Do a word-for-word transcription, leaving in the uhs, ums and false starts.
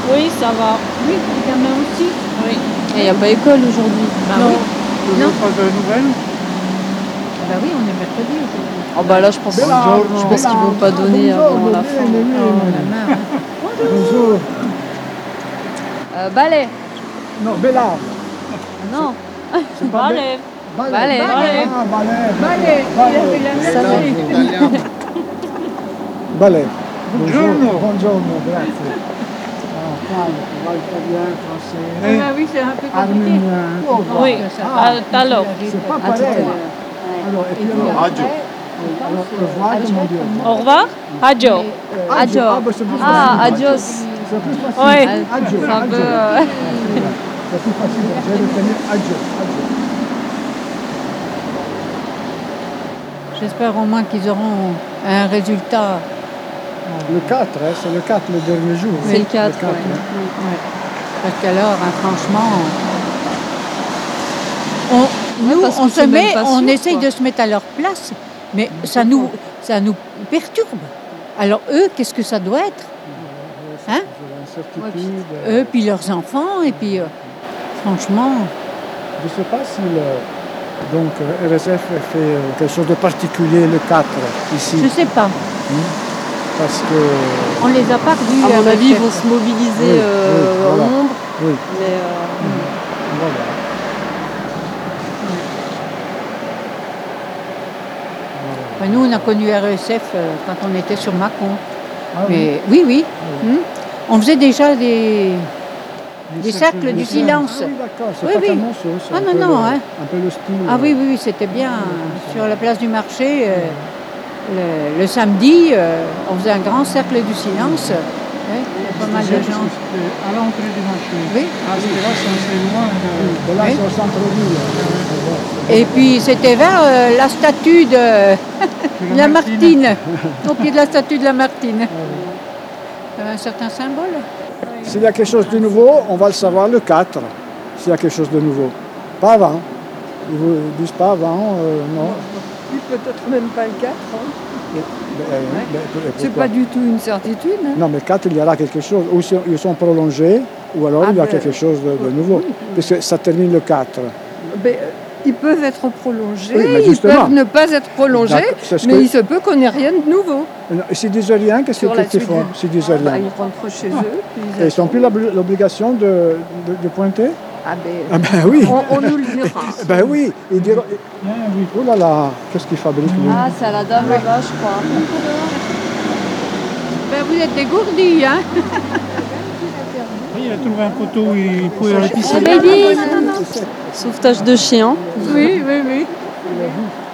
Oui, ça va. Oui, les gamins aussi. Oui. Et il n'y a pas école aujourd'hui. Bah non. oui. Toujours Non. pas de nouvelles? Bah oui, on est mercredi aujourd'hui. Oh bah là, je pense, je pense qu'ils vont pas donner avant la fin. Oh, on a marre. Bonjour. Euh, balai. Non, Bella. Non. C'est pas Balai. Balai. Balai. Ah, balai. Balai, il avait la même Ça idée. Balai. Buongiorno. Buongiorno, grazie. Alors, calme, on va très bien, français. Ah bah oui, c'est un peu compliqué. Arménien. Oui, Ah, à tout à l'heure. c'est pas À tout à pareil. l'heure. Alors, et puis alors, Radio. alors, au revoir, comment dire? Au revoir. Adjo. Adjo. Adjo. Ah, bah, c'est plus Ah, facile. adios. C'est plus facile. Ouais. Adjo. C'est un peu, Adjo. euh, C'est plus facile. Je vais retenir Adjo. Adjo. J'espère au moins qu'ils auront un résultat. Le quatre, hein, c'est le quatre, le dernier jour. C'est le quatre, quatre, ouais. hein. Ouais. Parce qu'alors, hein, franchement, on, nous, parce on qu'on se sait même met, pas on sûr, essaye quoi. de se mettre à leur place, mais ça nous, ça nous perturbe. Alors eux, qu'est-ce que ça doit être? Hein? J'ai Ouais, l'incertitude. euh, Eux, puis leurs enfants, et puis euh, franchement, Je ne sais pas si le, donc, euh, R S F fait euh, quelque chose de particulier le quatre ici. je sais pas. Parce que. On les a pas revus. À mon avec avis, ils cette- vont se mobiliser Oui, euh, oui, en voilà. nombre. Oui, Mais euh, voilà. Enfin, nous, on a connu R S F euh, quand on était sur Mâcon. Ah oui. Mais oui, oui. oui. Hmm. On faisait déjà des, Les des cercles du silence. Ah oui, d'accord, c'est Oui, pas oui. tellement ça. c'est Ah un non, peu non, le, hein. Un peu le style. Ah oui, oui, oui, c'était bien. Sur la place du marché, euh, le, le samedi, euh, on faisait un grand cercle du silence. Ouais, il y a pas mal de gens. À l'entrée du marché. Oui. Ah, parce que là, c'est assez loin. De, de là, Oui. c'est au centre-ville. Et puis c'était vers euh, la statue de la Martine, au pied de la statue de la Martine. Ça avait un certain symbole. S'il y a quelque chose de nouveau, on va le savoir le quatre. S'il y a quelque chose de nouveau. Pas avant. Ils ne vous disent pas avant, euh, non. Peut-être même pas le quatre. Hein. Mais, euh, mais C'est pourquoi pas du tout une certitude. Hein. Non, mais quatre, il y aura quelque chose. Ou si- ils sont prolongés, ou alors Ah il y a ben, quelque chose de, de nouveau. oui, oui. Parce que ça termine le quatre. Ben, euh, ils peuvent être prolongés, Oui, mais ils justement. peuvent ne pas être prolongés, D'accord, c'est ce mais que- il se peut qu'on n'ait rien de nouveau. Non, et S'ils disent rien, qu'est-ce Sur la qu'ils suite font du- S'ils disent Bah, rien. ils rentrent chez eux. puis Et ils n'ont attendent. plus l'obli- l'obligation de, de, de pointer Ah ben, Ah ben oui. on, on nous le dira. Ben oui, ils diront. Oh là là, qu'est-ce qu'ils fabriquent lui ah, c'est à la dame là-bas, je crois. Ben, vous êtes dégourdis, hein? Oui, il a trouvé un poteau où il pouvait Oh, baby. Sauvetage de chien. Oui, oui, oui.